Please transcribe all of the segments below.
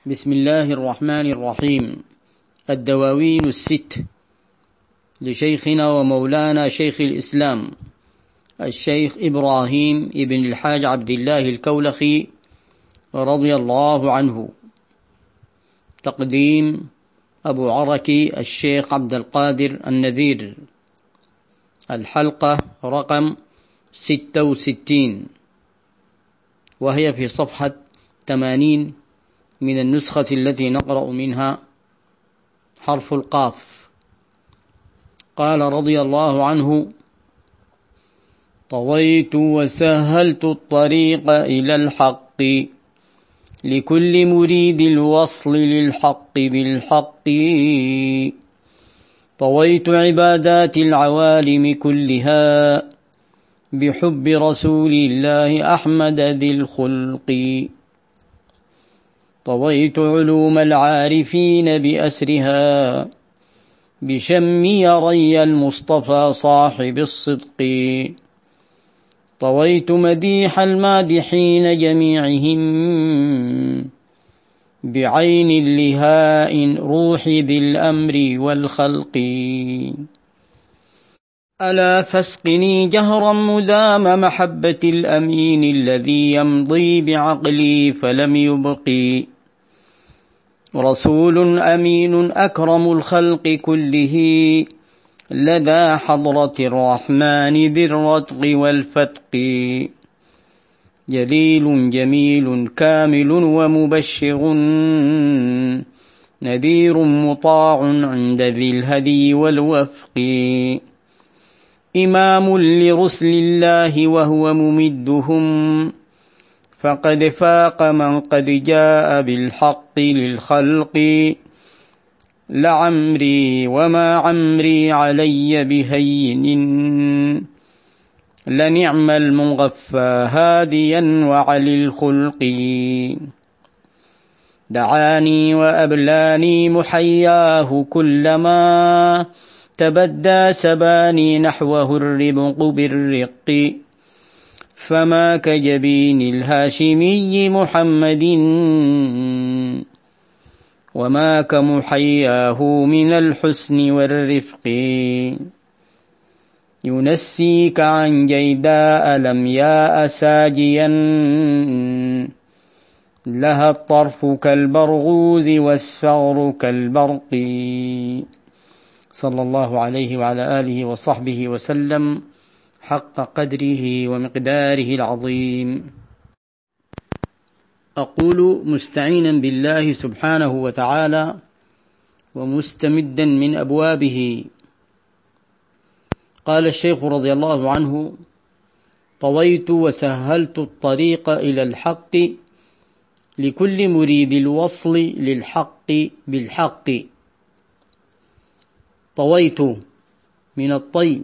بسم الله الرحمن الرحيم. الدواوين الست لشيخنا ومولانا شيخ الإسلام الشيخ إبراهيم ابن الحاج عبد الله الكولخي رضي الله عنه. تقديم أبو عركي الشيخ عبد القادر النذير. الحلقة رقم 66، وهي في صفحة 80 من النسخة التي نقرأ منها حرف القاف. قال رضي الله عنه: طويت وسهلت الطريق إلى الحق لكل مريد الوصل للحق بالحق. طويت عبادات العوالم كلها بحب رسول الله أحمد ذي الخلق. طويت علوم العارفين بأسرها بشم يري المصطفى صاحب الصدق. طويت مديح المادحين جميعهم بعين اللهاء روح ذي الأمر والخلق. ألا فاسقني جهرا مدام محبة الأمين الذي يمضي بعقلي فلم يبقي. رسول أمين أكرم الخلق كله لدى حضرة الرحمن ذي الرتق والفتق. جليل جميل كامل ومبشر نذير مطاع عند ذي الهدي والوفق. إمام لرسل الله وهو ممدهم فقد فاق من قد جاء بالحق للخلق. لعمري وما عمري علي بهين لنعم المغفى هاديا وعلي الخلق. دعاني وأبلاني محياه كلما تبدى سباني نحوه الربق بالرق. فما كجبين الهاشمي محمد وما كمحياه من الحسن والرفق. ينسيك عن جيداء لم ياء ساجيا لها الطرف كالبرغوث والثغر كالبرق. صلى الله عليه وعلى آله وصحبه وسلم حق قدره ومقداره العظيم. أقول مستعينا بالله سبحانه وتعالى ومستمدا من أبوابه. قال الشيخ رضي الله عنه: طويت وسهلت الطريق إلى الحق لكل مريد الوصل للحق بالحق. طويت من الطي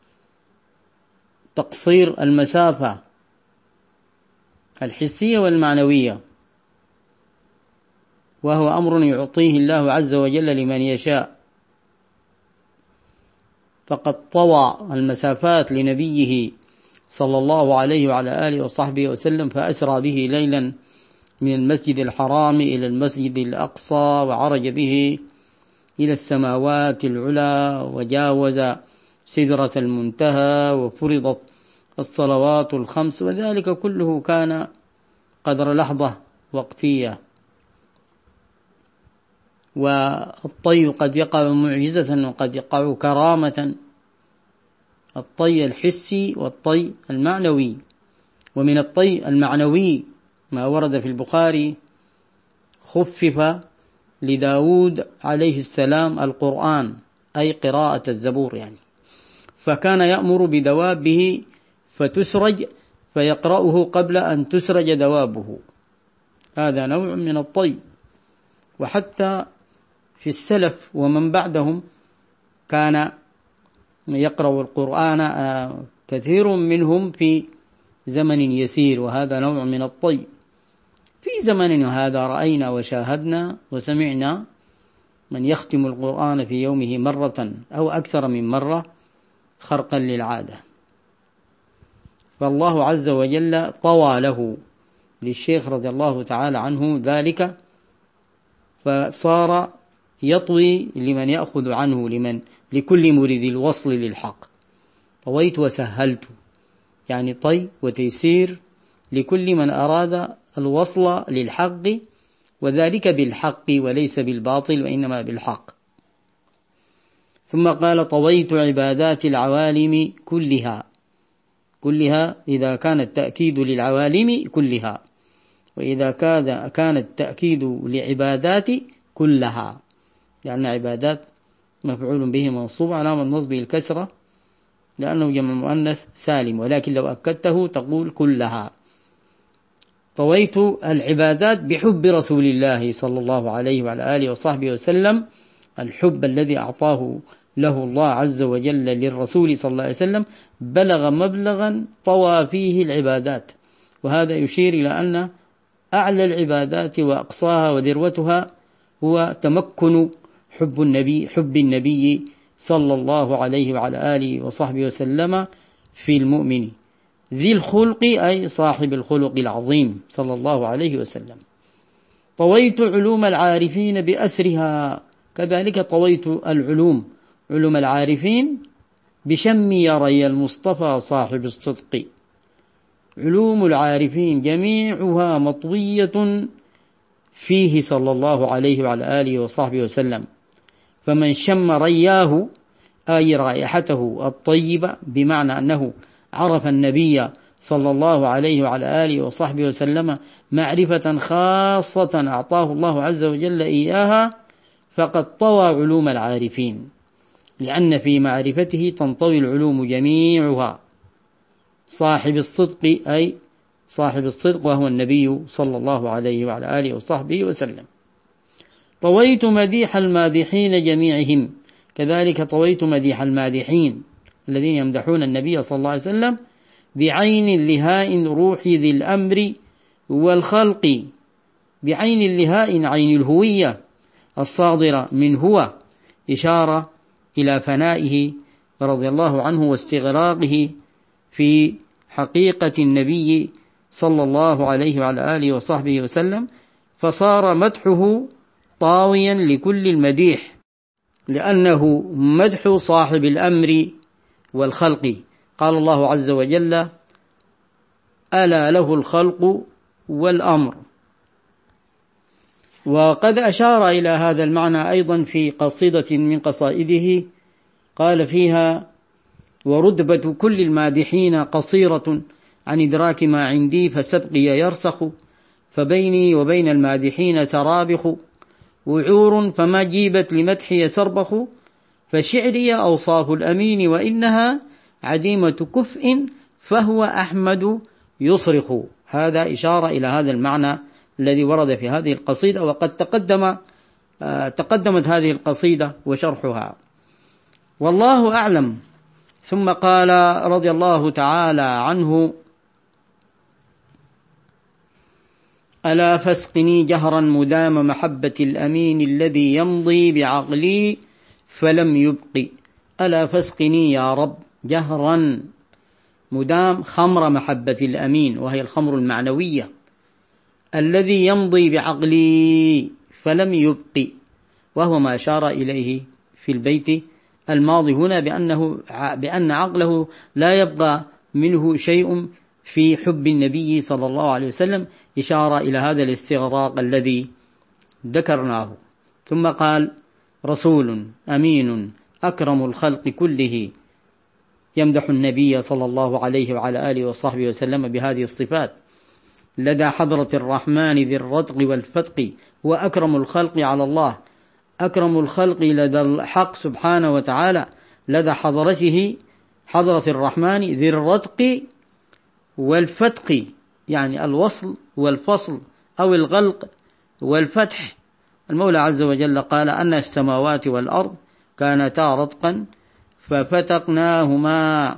تقصير المسافة الحسية والمعنوية، وهو أمر يعطيه الله عز وجل لمن يشاء. فقد طوى المسافات لنبيه صلى الله عليه وعلى آله وصحبه وسلم، فأسرى به ليلا من المسجد الحرام إلى المسجد الأقصى، وعرج به إلى السماوات العلى، وجاوز سدرة المنتهى، وفرضت الصلوات الخمس، وذلك كله كان قدر لحظة وقتية. والطي قد يقع معجزة وقد يقع كرامة، الطي الحسي والطي المعنوي. ومن الطي المعنوي ما ورد في البخاري: خفف لداود عليه السلام القرآن، أي قراءة الزبور يعني، فكان يأمر بدوابه فتسرج فيقرأه قبل أن تسرج دوابه. هذا نوع من الطي. وحتى في السلف ومن بعدهم كان يقرأ القرآن كثير منهم في زمن يسير، وهذا نوع من الطي. في زمننا هذا رأينا وشاهدنا وسمعنا من يختم القرآن في يومه مرة أو أكثر من مرة خرقا للعادة. فالله عز وجل طوى له للشيخ رضي الله تعالى عنه ذلك فصار يطوي لمن يأخذ عنه، لكل مريد الوصل للحق. طويت وسهلت، يعني طي وتيسير لكل من أراد الوصل للحق، وذلك بالحق وليس بالباطل وإنما بالحق. ثم قال: طويت عبادات العوالم كلها إذا كان التأكيد للعوالم كلها، وإذا كان التأكيد لعبادات كلها، لأن عبادات مفعول به منصوب علامة نصبه الكسرة لأنه جمع مؤنث سالم، ولكن لو أكدته تقول كلها. طويت العبادات بحب رسول الله صلى الله عليه وعلى آله وصحبه وسلم، الحب الذي أعطاه له الله عز وجل للرسول صلى الله عليه وسلم بلغ مبلغا طوى فيه العبادات، وهذا يشير إلى أن أعلى العبادات وأقصاها وذروتها هو تمكن حب النبي صلى الله عليه وعلى آله وصحبه وسلم في المؤمن ذي الخلق، أي صاحب الخلق العظيم صلى الله عليه وسلم. طويت علوم العارفين بأسرها، كذلك طويت علوم العارفين بشم يري المصطفى صاحب الصدق. علوم العارفين جميعها مطوية فيه صلى الله عليه وعلى آله وصحبه وسلم، فمن شم رياه أي رائحته الطيبة، بمعنى أنه عرف النبي صلى الله عليه وعلى آله وصحبه وسلم معرفة خاصة أعطاه الله عز وجل إياها، فقد طوى علوم العارفين، لأن في معرفته تنطوي العلوم جميعها. صاحب الصدق أي صاحب الصدق، وهو النبي صلى الله عليه وعلى آله وصحبه وسلم. طويت مديح المادحين جميعهم، كذلك طويت مديح المادحين الذين يمدحون النبي صلى الله عليه وسلم بعين اللهاء روح ذي الأمر والخلق. بعين اللهاء عين الهوية الصادرة من هو، إشارة إلى فنائه رضي الله عنه واستغراقه في حقيقة النبي صلى الله عليه وعلى آله وصحبه وسلم، فصار مدحه طاويا لكل المديح، لأنه مدح صاحب الأمر والخلق. قال الله عز وجل: ألا له الخلق والأمر. وقد أشار إلى هذا المعنى أيضا في قصيدة من قصائده، قال فيها: ورتبة كل المادحين قصيرة عن إدراك ما عندي فسبقي يرسخ، فبيني وبين المادحين ترابخ، وعور فما جيبت لمدحي تربخ، فشعري أوصاف الأمين وإنها عديمة كفء فهو أحمد يصرخ. هذا إشارة إلى هذا المعنى الذي ورد في هذه القصيدة، وقد تقدمت هذه القصيدة وشرحها، والله أعلم. ثم قال رضي الله تعالى عنه: ألا فاسقني جهرا مدام محبة الأمين الذي يمضي بعقلي فلم يبق. ألا فاسقني يا رب جهرا مدام خمر محبة الأمين، وهي الخمر المعنوية، الذي يمضي بعقلي فلم يبق، وهو ما أشار إليه في البيت الماضي هنا بأن عقله لا يبقى منه شيء في حب النبي صلى الله عليه وسلم، إشارة إلى هذا الاستغراق الذي ذكرناه. ثم قال: رسول أمين أكرم الخلق كله، يمدح النبي صلى الله عليه وعلى آله وصحبه وسلم بهذه الصفات لدى حضرة الرحمن ذي الرتق والفتق، وأكرم الخلق على الله، أكرم الخلق لدى الحق سبحانه وتعالى، لدى حضرته حضرة الرحمن ذي الرتق والفتق، يعني الوصل والفصل أو الغلق والفتح. المولى عز وجل قال: أن السماوات والأرض كانتا رتقا ففتقناهما،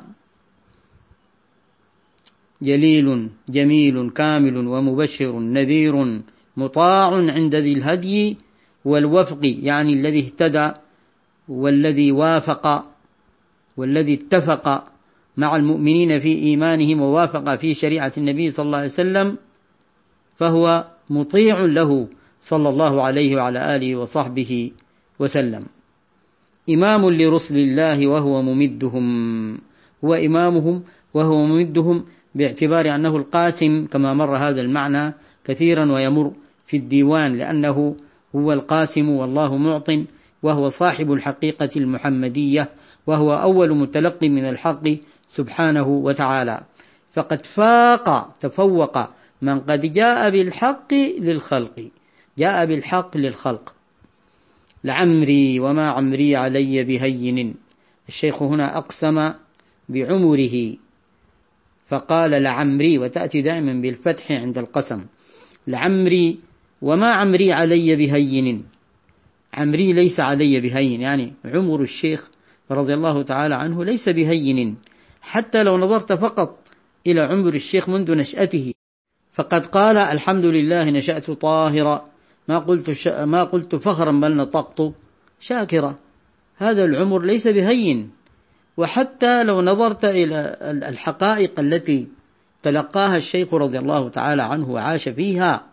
جليل جميل كامل ومبشر نذير مطاع عند ذي الهدي والوفق، يعني الذي اهتدى والذي وافق والذي اتفق مع المؤمنين في إيمانهم ووافق في شريعة النبي صلى الله عليه وسلم، فهو مطيع له صلى الله عليه وعلى آله وصحبه وسلم. إمام لرسل الله وهو ممدهم، هو إمامهم وهو ممدهم، باعتبار أنه القاسم كما مر هذا المعنى كثيرا ويمر في الديوان، لأنه هو القاسم والله معط، وهو صاحب الحقيقة المحمدية، وهو أول متلقي من الحق سبحانه وتعالى. فقد تفوق من قد جاء بالحق للخلق، جاء بالحق للخلق. لعمري وما عمري علي بهين، الشيخ هنا أقسم بعمره فقال لعمري، وتأتي دائما بالفتح عند القسم. لعمري وما عمري علي بهين، عمري ليس علي بهين، يعني عمر الشيخ رضي الله تعالى عنه ليس بهين، حتى لو نظرت فقط إلى عمر الشيخ منذ نشأته، فقد قال الحمد لله نشأت طاهرا، ما قلت فخرا بل نطقت شاكرا. هذا العمر ليس بهين. وحتى لو نظرت إلى الحقائق التي تلقاها الشيخ رضي الله تعالى عنه وعاش فيها،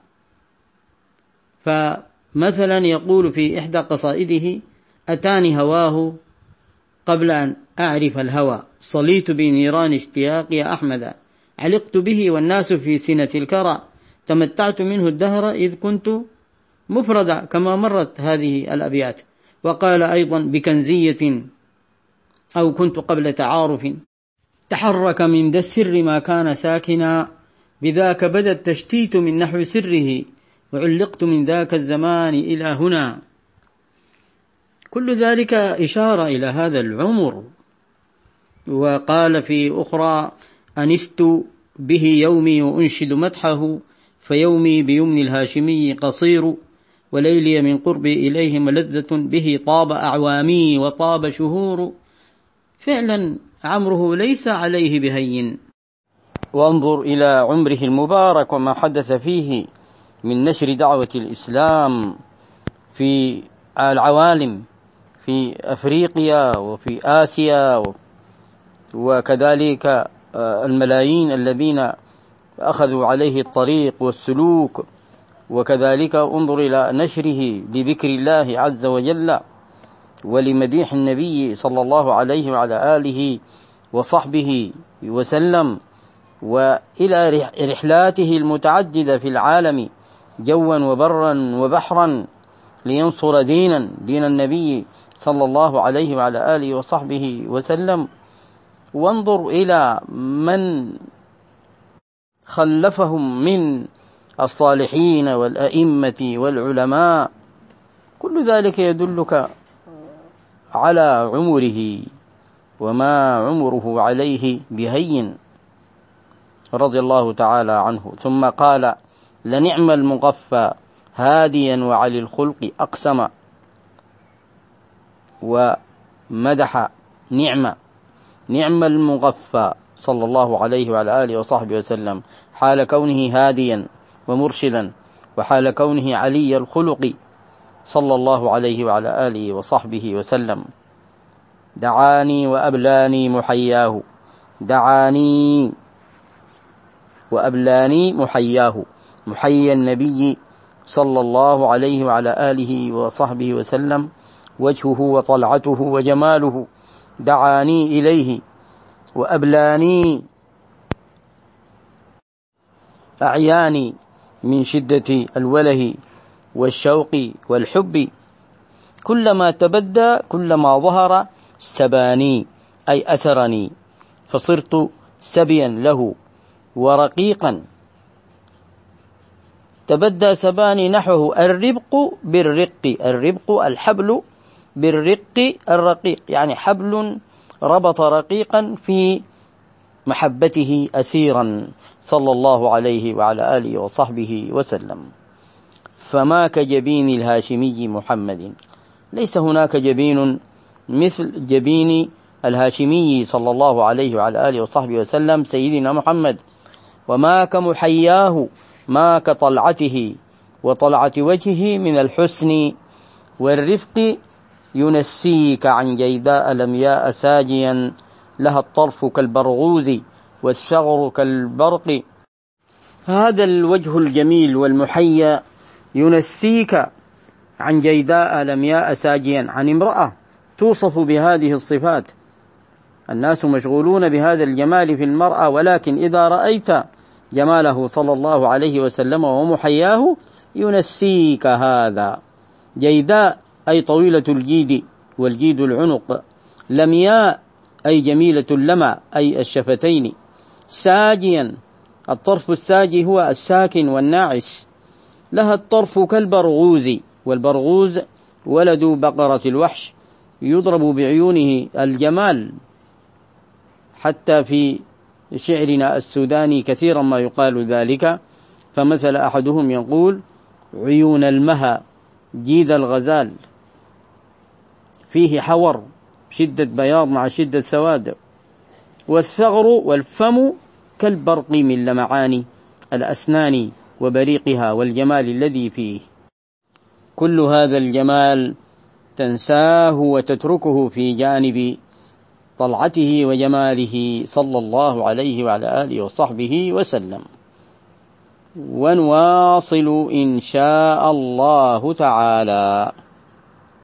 فمثلا يقول في إحدى قصائده: أتاني هواه قبل أن أعرف الهوى، صليت بنيران اشتياقي أحمد، علقت به والناس في سنة الكرى، تمتعت منه الدهر إذ كنت مفردا، كما مرت هذه الأبيات. وقال أيضا: بكنزية أو كنت قبل تعارف، تحرك من ذا السر ما كان ساكنا، بذاك بدا التشتيت من نحو سره، وعلقت من ذاك الزمان إلى هنا. كل ذلك إشارة إلى هذا العمر. وقال في أخرى: أنست به يومي وأنشد مدحه، فيومي بيمن الهاشمي قصير، وليلي من قربي إليه ملذة، به طاب أعوامي وطاب شهور. فعلا عمره ليس عليه بهين. وانظر إلى عمره المبارك وما حدث فيه من نشر دعوة الإسلام في العوالم، في أفريقيا وفي آسيا، وكذلك الملايين الذين أخذوا عليه الطريق والسلوك. وكذلك انظر إلى نشره لذكر الله عز وجل ولمديح النبي صلى الله عليه وعلى آله وصحبه وسلم، وإلى رحلاته المتعددة في العالم جوا وبرا وبحرا لينصر دين النبي صلى الله عليه وعلى آله وصحبه وسلم. وانظر إلى من خلفهم من الصالحين والأئمة والعلماء. كل ذلك يدلك على عمره وما عمره عليه بهين رضي الله تعالى عنه. ثم قال: لنعم المقفى هاديا وعلى الخلق أقسم، ومدح نعم المقفى صلى الله عليه وعلى آله وصحبه وسلم، حال كونه هاديا ومرشدا، وحال كونه علي الخلق صلى الله عليه وعلى آله وصحبه وسلم. دعاني وأبلاني محياه، دعاني وأبلاني محياه، محيي النبي صلى الله عليه وعلى آله وصحبه وسلم، وجهه وطلعته وجماله، دعاني إليه وأبلاني أعياني من شدة الوله والشوق والحب، كلما تبدى كلما ظهر سباني أي أسرني، فصرت سبيا له ورقيقا. تبدى سباني نحوه الربق بالرق، الربق الحبل، بالرق الرقيق، يعني حبل ربط رقيقا في محبته أسيرا صلى الله عليه وعلى آله وصحبه وسلم. فما كجبين الهاشمي محمد، ليس هناك جبين مثل جبين الهاشمي صلى الله عليه وعلى آله وصحبه وسلم سيدنا محمد. وما كمحياه، ما كطلعته وطلعة وجهه من الحسن والرفق، ينسيك عن جيداء لمياء ساجيا، لها الطرف كالبرغوز والشغر كالبرق. هذا الوجه الجميل والمحيا ينسيك عن جيداء لمياء ساجيا، عن امرأة توصف بهذه الصفات. الناس مشغولون بهذا الجمال في المرأة، ولكن إذا رأيت جماله صلى الله عليه وسلم ومحياه ينسيك هذا. جيداء أي طويلة الجيد والجيد العنق، لمياء أي جميلة اللمع أي الشفتين، ساجيا الطرف الساجي هو الساكن والناعس، لها الطرف كالبرغوز، والبرغوز ولد بقرة الوحش، يضرب بعيونه الجمال، حتى في شعرنا السوداني كثيرا ما يقال ذلك. فمثل أحدهم يقول: عيون المها جيد الغزال، فيه حور شدة بياض مع شدة سواد، والثغر والفم كالبرق من لمعان الأسنان وبريقها والجمال الذي فيه. كل هذا الجمال تنساه وتتركه في جانب طلعته وجماله صلى الله عليه وعلى آله وصحبه وسلم. ونواصل إن شاء الله تعالى.